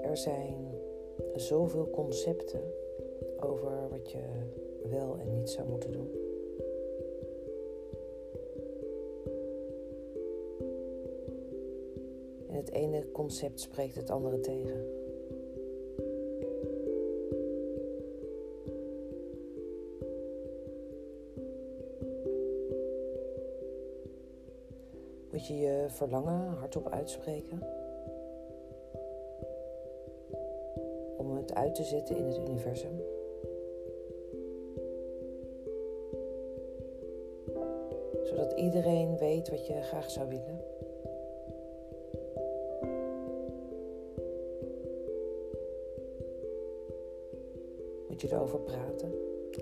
Er zijn zoveel concepten over wat je wel en niet zou moeten doen. En het ene concept spreekt het andere tegen. Moet je je verlangen hardop uitspreken om het uit te zetten in het universum? Zodat iedereen weet wat je graag zou willen? Moet je erover praten?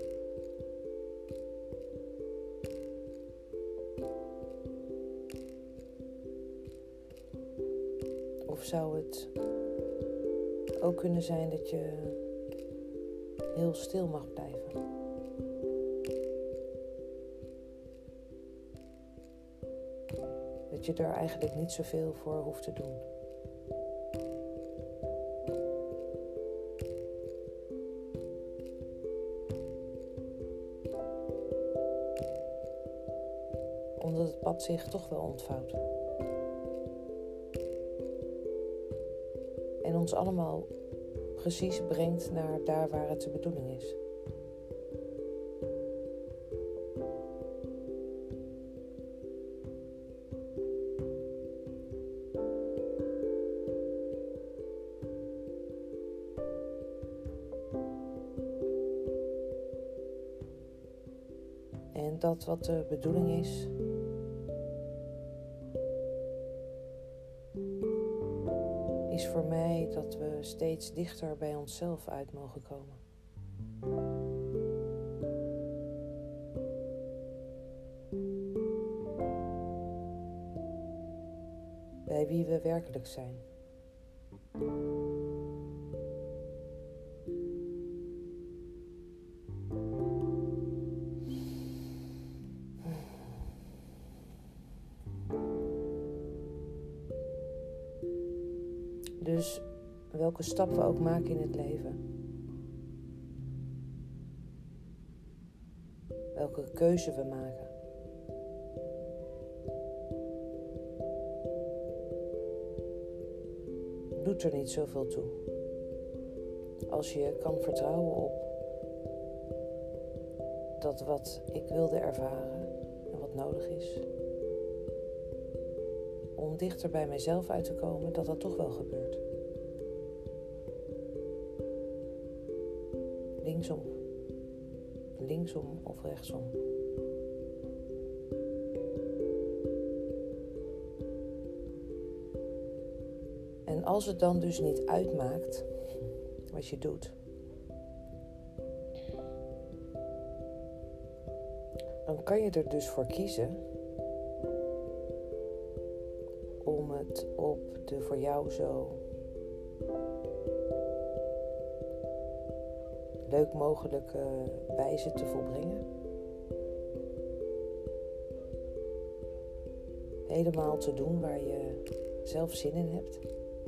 Of zou het ook kunnen zijn dat je heel stil mag blijven? Dat je er eigenlijk niet zoveel voor hoeft te doen. Omdat het pad zich toch wel ontvouwt. En ons allemaal precies brengt naar daar waar het de bedoeling is. En dat wat de bedoeling is voor mij dat we steeds dichter bij onszelf uit mogen komen. Bij wie we werkelijk zijn. Dus welke stap we ook maken in het leven, welke keuze we maken, doet er niet zoveel toe. Als je kan vertrouwen op dat wat ik wilde ervaren en wat nodig is om dichter bij mijzelf uit te komen, dat dat toch wel gebeurt. Linksom of rechtsom. En als het dan dus niet uitmaakt wat je doet, dan kan je er dus voor kiezen om het op de voor jou zo leuk mogelijke wijze te volbrengen. Helemaal te doen waar je zelf zin in hebt.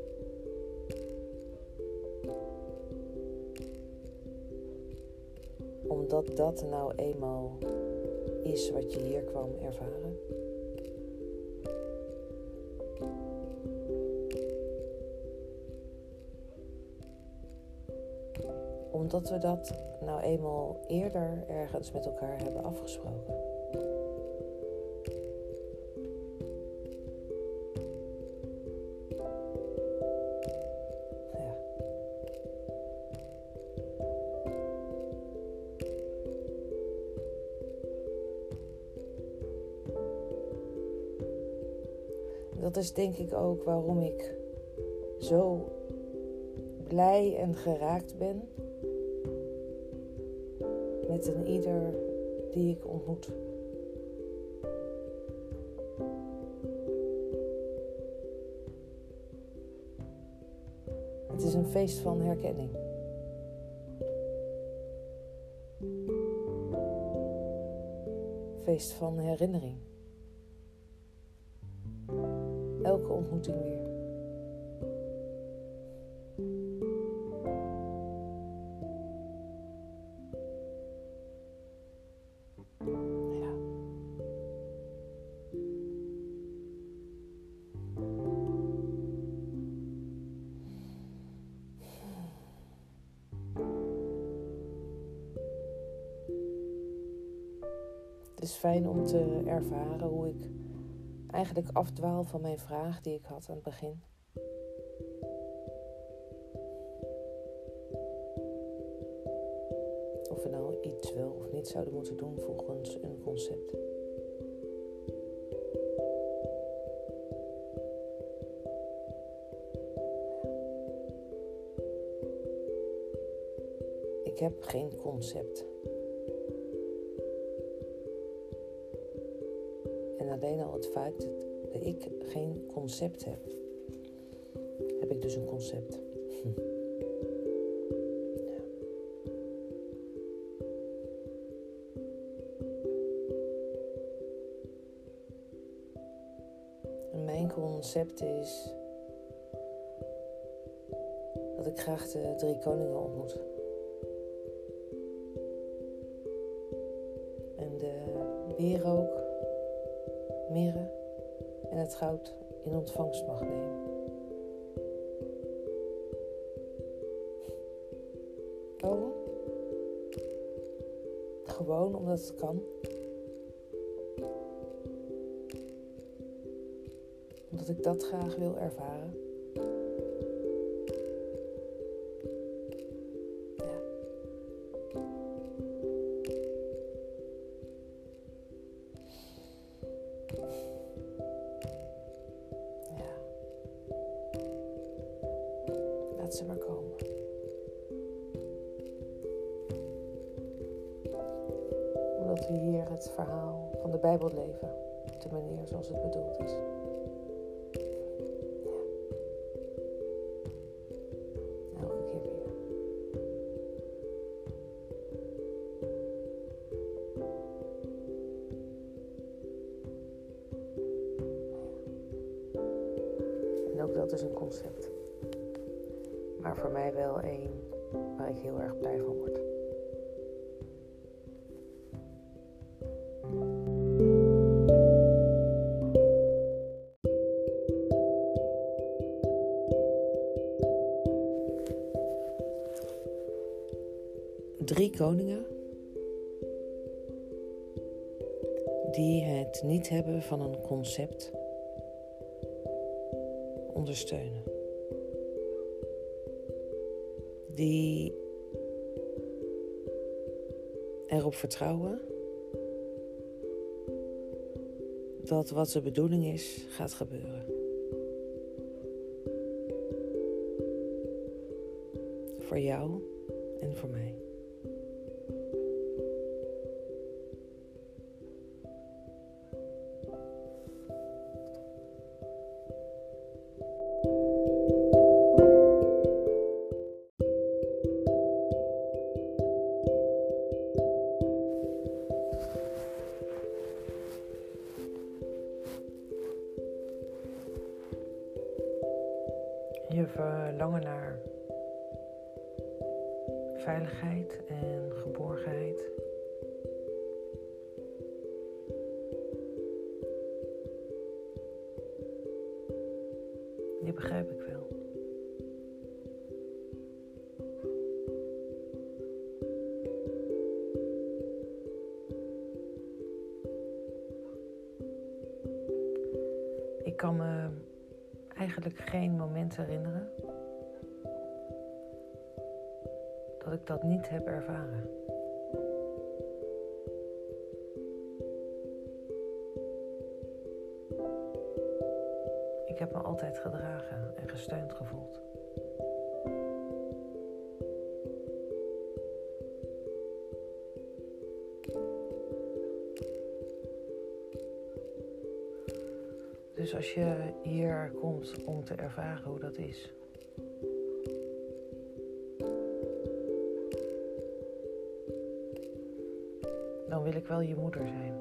Omdat dat nou eenmaal is wat je hier kwam ervaren. Omdat we dat nou eenmaal eerder ergens met elkaar hebben afgesproken. Ja. Dat is denk ik ook waarom ik zo blij en geraakt ben met een ieder die ik ontmoet. Het is een feest van herkenning. Feest van herinnering. Elke ontmoeting weer. Het is fijn om te ervaren hoe ik eigenlijk afdwaal van mijn vraag die ik had aan het begin. Of we nou iets wel of niet zouden moeten doen volgens een concept. Ik heb geen concept. En alleen al het feit dat ik geen concept heb, heb ik dus een concept. Ja. En mijn concept is dat ik graag de 3 koningen ontmoet. En de wierook, mirre en het goud in ontvangst mag nemen. Waarom? Gewoon omdat het kan. Omdat ik dat graag wil ervaren. Ja. Ja. Laat ze maar komen. Omdat we hier het verhaal van de Bijbel leven. Op de manier zoals het bedoeld is. Elke keer weer. En ook dat is een concept. Maar voor mij wel één waar ik heel erg blij van word. Drie koningen die het niet hebben van een concept ondersteunen. Die erop vertrouwen dat wat de bedoeling is, gaat gebeuren. Voor jou en voor mij. Je verlangen naar veiligheid en geborgenheid. Die begrijp ik wel. Ik kan me eigenlijk geen moment herinneren dat ik dat niet heb ervaren. Ik heb me altijd gedragen en gesteund gevoeld. Dus als je hier komt om te ervaren hoe dat is, dan wil ik wel je moeder zijn.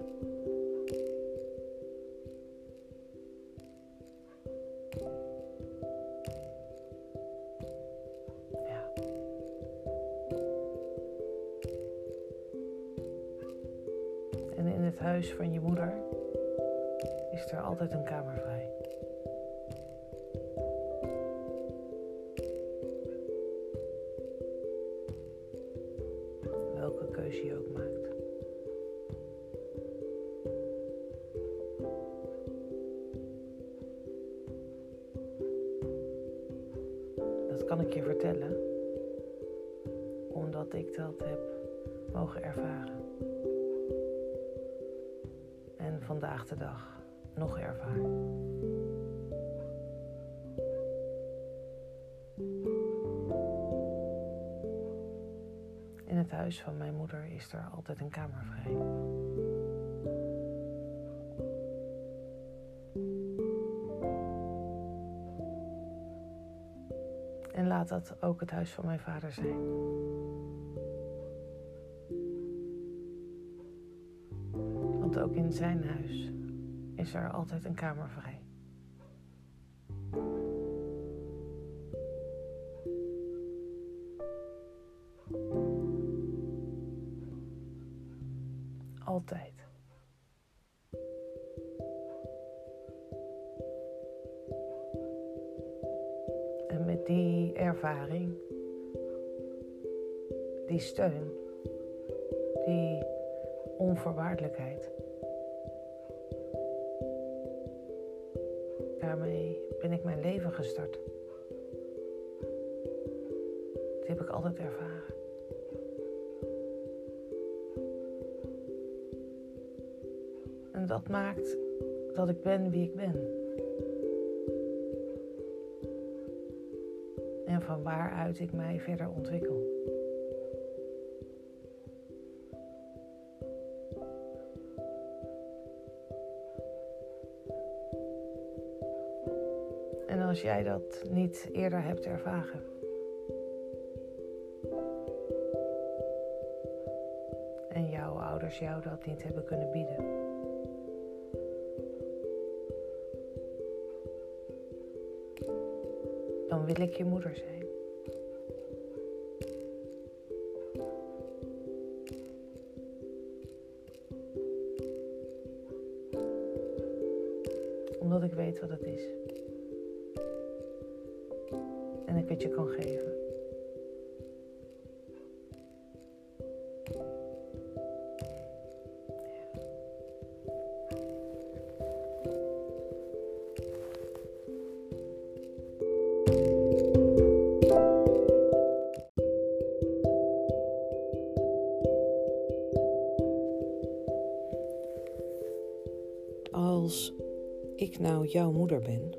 Ja. En in het huis van je moeder is er altijd een kamer vrij. Welke keuze je ook maakt. dat kan ik je vertellen, omdat ik dat heb mogen ervaren. En vandaag de dag nog ervaar. In het huis van mijn moeder is er altijd een kamer vrij. En laat dat ook het huis van mijn vader zijn. Want ook in zijn huis is er altijd een kamer vrij. Altijd. En met die ervaring, die steun, die onvoorwaardelijkheid, daarmee ben ik mijn leven gestart. Dat heb ik altijd ervaren. En dat maakt dat ik ben wie ik ben. En van waaruit ik mij verder ontwikkel. En als jij dat niet eerder hebt ervaren, en jouw ouders jou dat niet hebben kunnen bieden, dan wil ik je moeder zijn. Omdat ik weet wat het is. En ik het je kan geven. Als ik nou jouw moeder ben,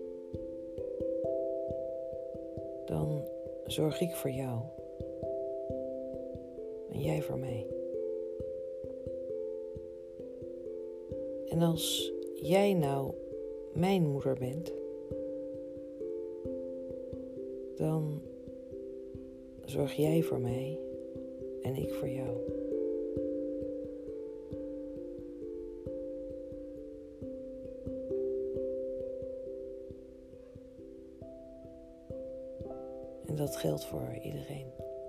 dan zorg ik voor jou en jij voor mij. En als jij nou mijn moeder bent, dan zorg jij voor mij en ik voor jou. En dat geldt voor iedereen.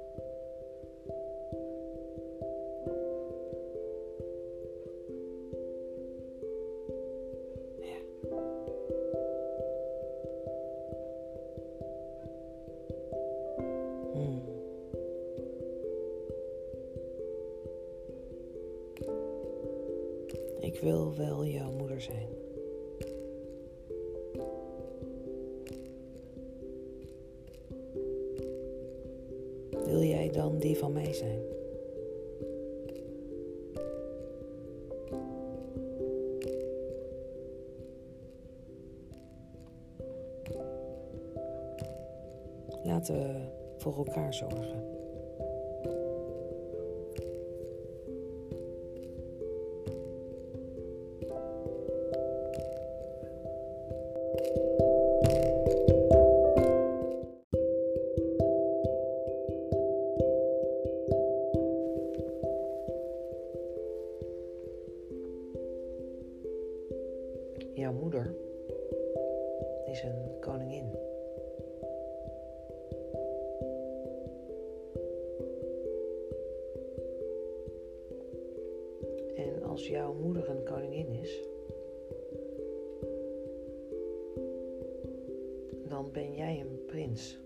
Ja. Ik wil wel jouw moeder zijn. Wil jij dan die van mij zijn? Laten we voor elkaar zorgen. Jouw moeder is een koningin. En als jouw moeder een koningin is, dan ben jij een prins.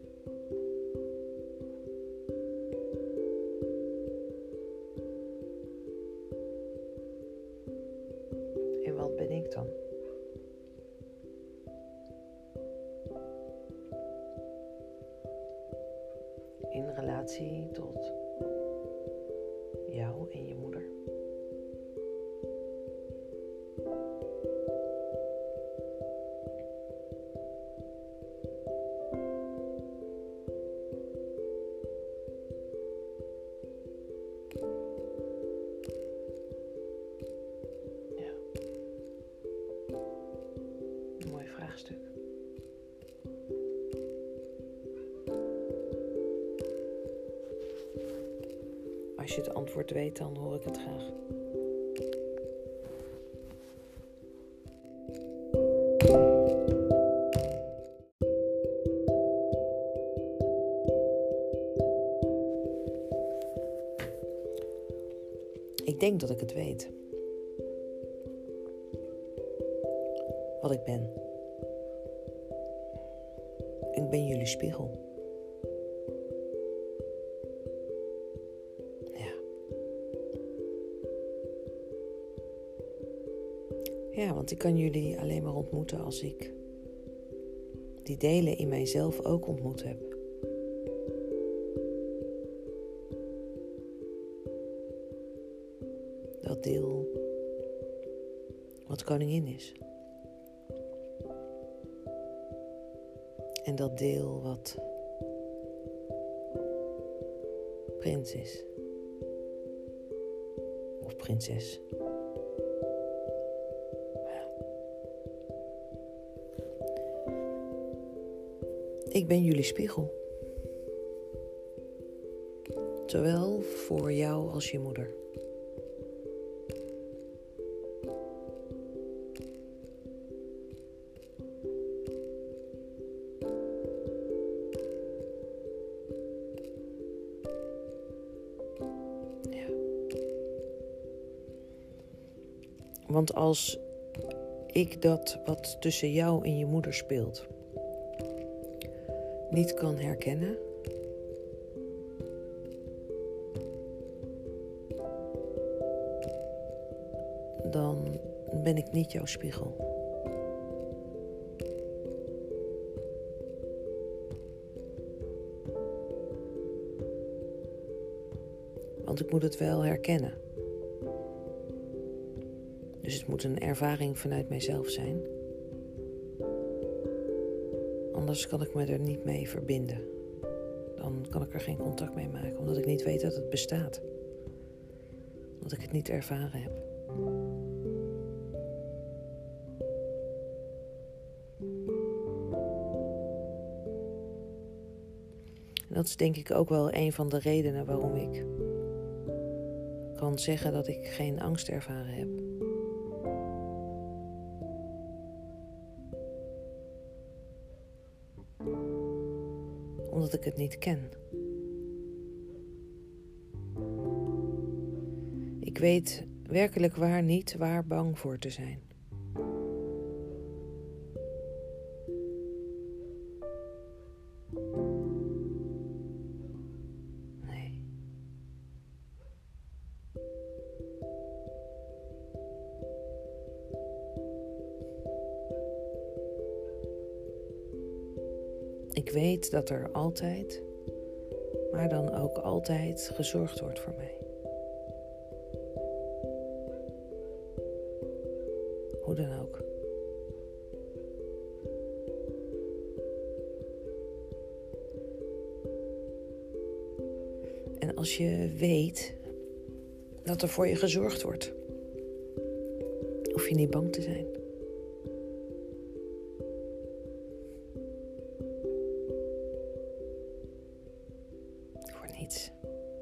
En wat ben ik dan? in relatie tot jou en je moeder. Ja, een mooi vraagstuk. Als je het antwoord weet, dan hoor ik het graag. Ik denk dat ik het weet. Wat ik ben. Ik ben jullie spiegel. Ja. Ja, want ik kan jullie alleen maar ontmoeten als ik die delen in mijzelf ook ontmoet heb. Dat deel wat koningin is. En dat deel wat prins is. Of prinses. Ik ben jullie spiegel. Zowel voor jou als je moeder. Ja. Want als ik dat wat tussen jou en je moeder speelt niet kan herkennen, dan ben ik niet jouw spiegel. Want ik moet het wel herkennen. Dus het moet een ervaring vanuit mijzelf zijn. Anders kan ik me er niet mee verbinden. Dan kan ik er geen contact mee maken, omdat ik niet weet dat het bestaat. Omdat ik het niet ervaren heb. En dat is denk ik ook wel een van de redenen waarom ik kan zeggen dat ik geen angst ervaren heb. Omdat ik het niet ken. Ik weet werkelijk waar niet waar bang voor te zijn. Nee. Ik weet dat er altijd, maar dan ook altijd gezorgd wordt voor mij. Hoe dan ook. En als je weet dat er voor je gezorgd wordt, hoef je niet bang te zijn. Voor niets.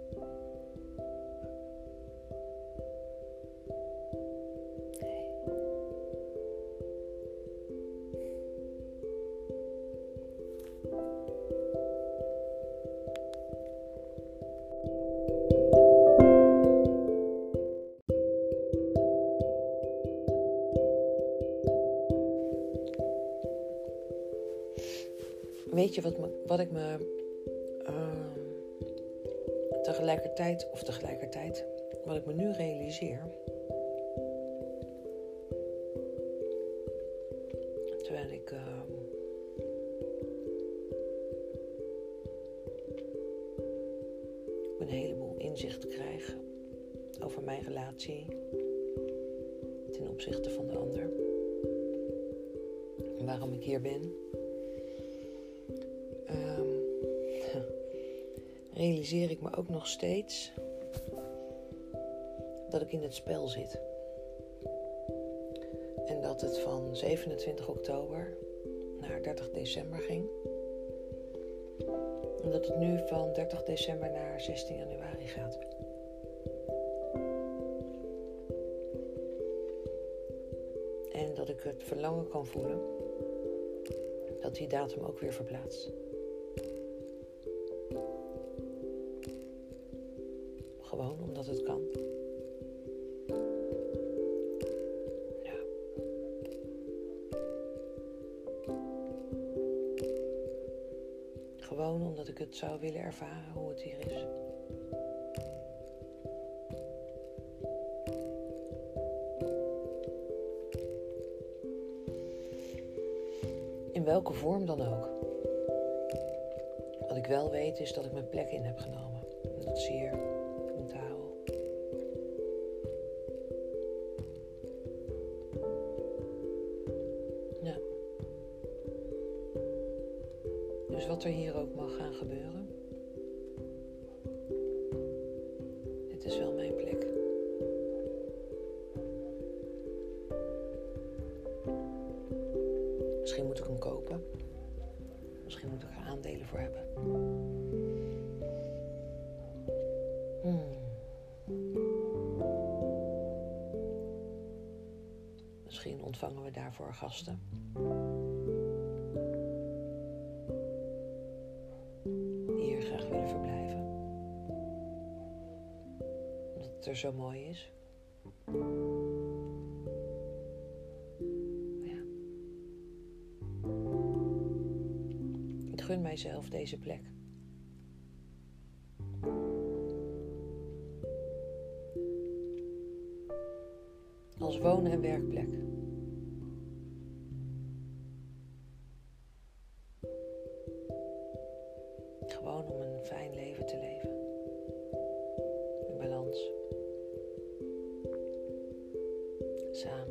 Nee. Weet je wat ik me tegelijkertijd, wat ik me nu realiseer, terwijl ik een heleboel inzicht krijg over mijn relatie ten opzichte van de ander. En waarom ik hier ben. Realiseer ik me ook nog steeds dat ik in het spel zit. En dat het van 27 oktober naar 30 december ging. En dat het nu van 30 december naar 16 januari gaat. En dat ik het verlangen kan voelen dat die datum ook weer verplaatst. Gewoon omdat het kan. Ja. Gewoon omdat ik het zou willen ervaren hoe het hier is. In welke vorm dan ook. Wat ik wel weet is dat ik mijn plek in heb genomen. En dat is hier in Taal. Ja. Dus wat er hier ook mag gaan gebeuren. Dit is wel mijn plek. Misschien moet ik hem kopen. Misschien moet ik er aandelen voor hebben. Misschien ontvangen we daarvoor gasten. Die hier graag willen verblijven. Omdat het er zo mooi is. Ja. Ik gun mijzelf deze plek. Als wonen- en werkplek. Gewoon om een fijn leven te leven. In balans. Samen.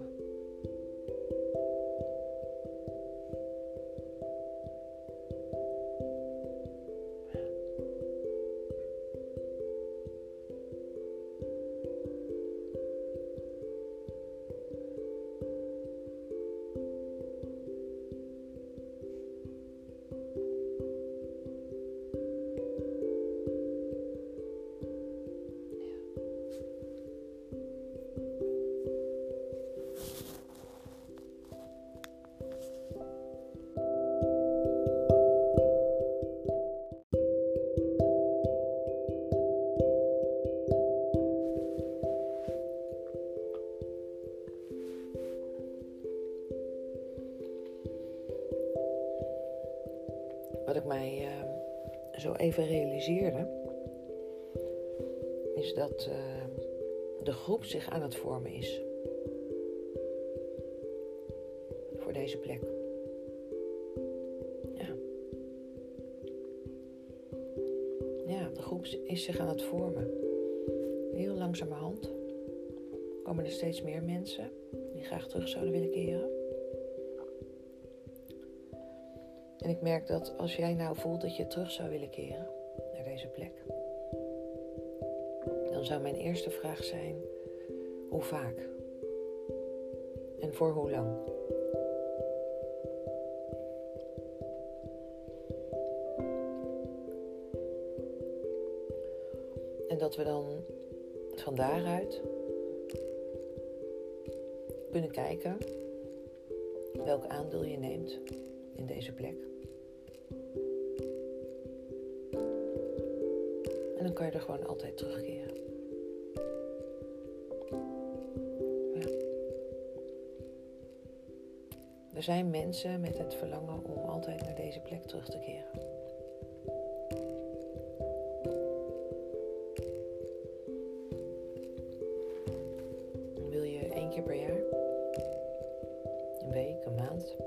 Wat ik mij zo even realiseerde, is dat de groep zich aan het vormen is. Voor deze plek. Ja. Ja, de groep is zich aan het vormen. Heel langzamerhand komen er steeds meer mensen die graag terug zouden willen keren. En ik merk dat als jij nou voelt dat je terug zou willen keren naar deze plek, dan zou mijn eerste vraag zijn, hoe vaak? En voor hoe lang? En dat we dan van daaruit kunnen kijken welk aandeel je neemt in deze plek. En dan kan je er gewoon altijd terugkeren. Ja. Er zijn mensen met het verlangen om altijd naar deze plek terug te keren. Wil je 1 keer per jaar? Een week, een maand?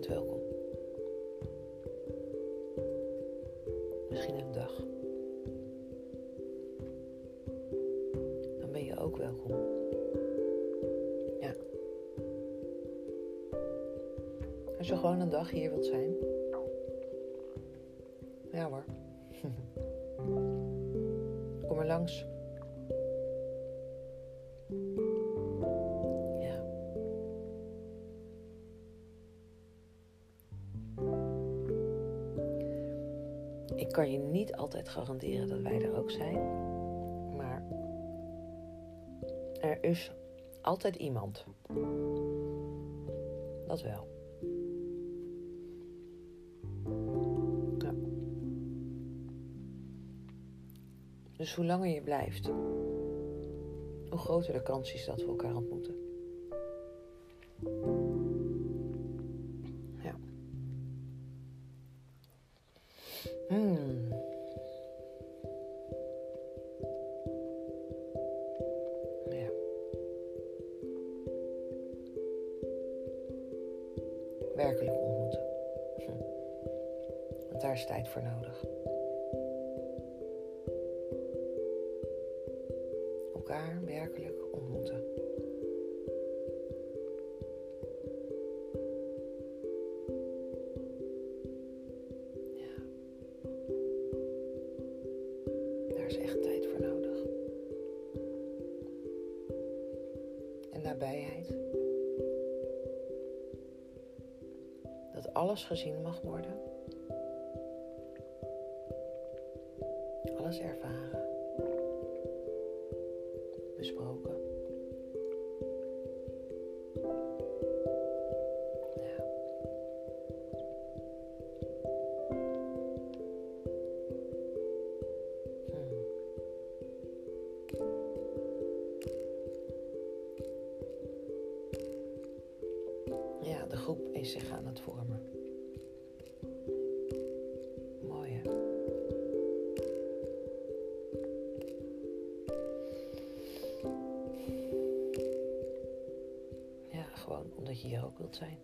bent welkom. Misschien een dag. Dan ben je ook welkom. Ja. Als je gewoon een dag hier wilt zijn. Ja hoor. Kom er langs. Ja. Ik kan je niet altijd garanderen dat wij er ook zijn. Maar er is altijd iemand. Dat wel. Ja. Dus hoe langer je blijft, hoe groter de kans is dat we elkaar ontmoeten. Ja. Ja. Werkelijk ontmoeten. Want daar is tijd voor nodig. Elkaar werkelijk ontmoeten. Ja. Daar is echt tijd voor nodig. En nabijheid. Dat alles gezien mag worden. Alles ervaren. Besproken. Ja. Ja, de groep is zich aan het vormen. Mooi hè? Ja, gewoon omdat je hier ook wilt zijn.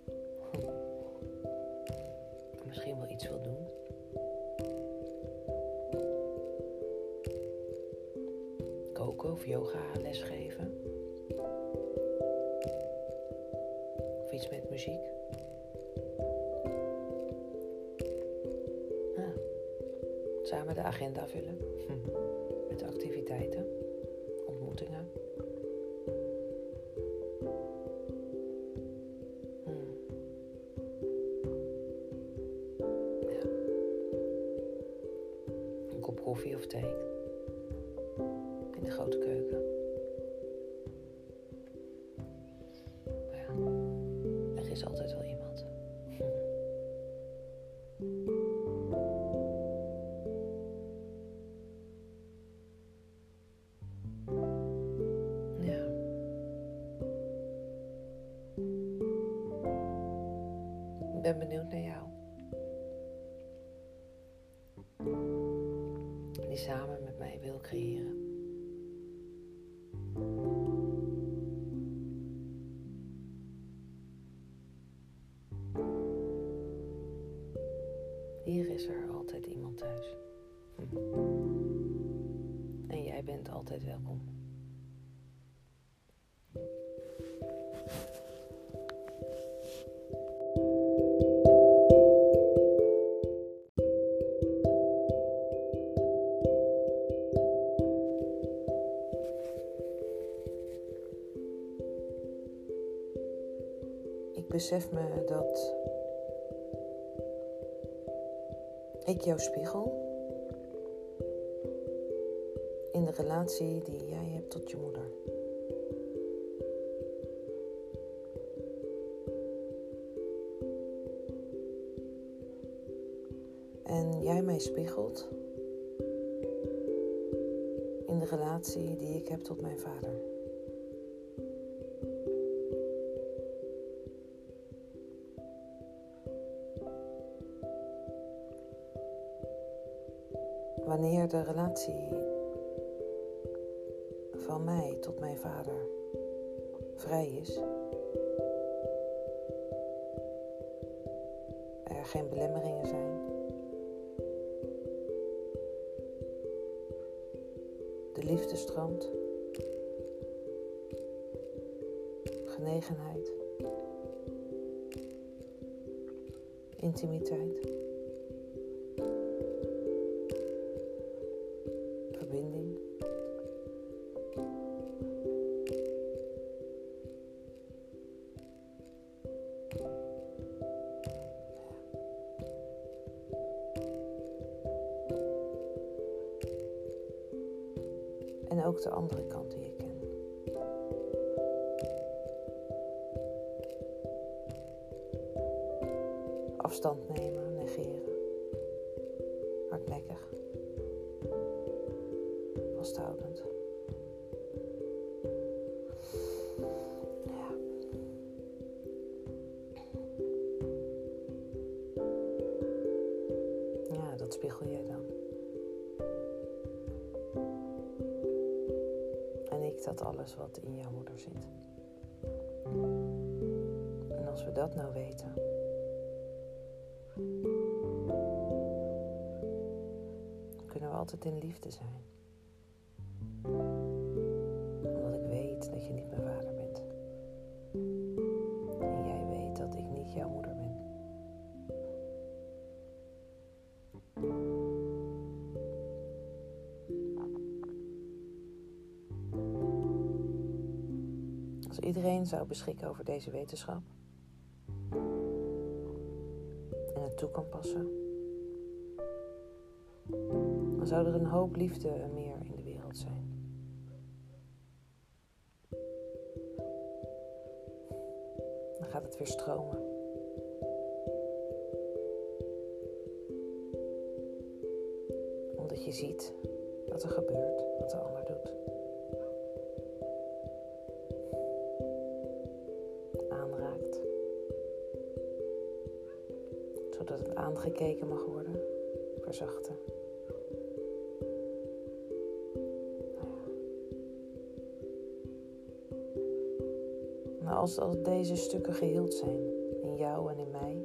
Misschien wel iets wil doen. Koken of yoga lesgeven. Of iets met muziek. Ah, samen de agenda vullen. Met activiteiten. Ontmoetingen. Ja. Een kop koffie of thee. In de grote keuken. Ja. Er is altijd wel iemand. Ja. Ik ben benieuwd naar jou. Die samen met mij wil creëren. Hier is er altijd iemand thuis. En jij bent altijd welkom. Ik besef me dat ik jou spiegel in de relatie die jij hebt tot je moeder. En jij mij spiegelt in de relatie die ik heb tot mijn vader. Wanneer de relatie van mij tot mijn vader vrij is, er geen belemmeringen zijn. De liefde stroomt. Genegenheid. Intimiteit. Verbinding. En ook de andere kant die je kent. Afstand nemen, negeren. Hardnekkig. Vasthoudend. Ja. Ja, dat spiegel jij dan. En ik dat alles wat in jouw moeder zit. En als we dat nou weten, kunnen we altijd in liefde zijn. Omdat ik weet dat je niet mijn vader bent. En jij weet dat ik niet jouw moeder ben. Als iedereen zou beschikken over deze wetenschap en het toe kan passen, dan zou er een hoop liefde meer in de wereld zijn. Dan gaat het weer stromen. Omdat je ziet wat er gebeurt, wat de ander doet. Aanraakt. Zodat het aangekeken mag worden. Verzachten. Maar als deze stukken geheeld zijn, in jou en in mij,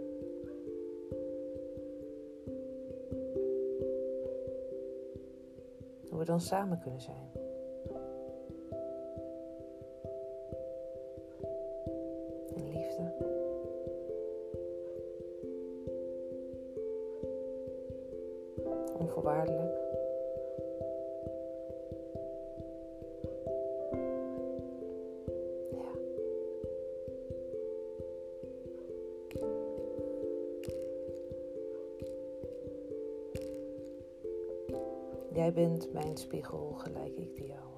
hoe we dan samen kunnen zijn. In liefde. Onvoorwaardelijk. Jij bent mijn spiegel, gelijk ik de jouwe.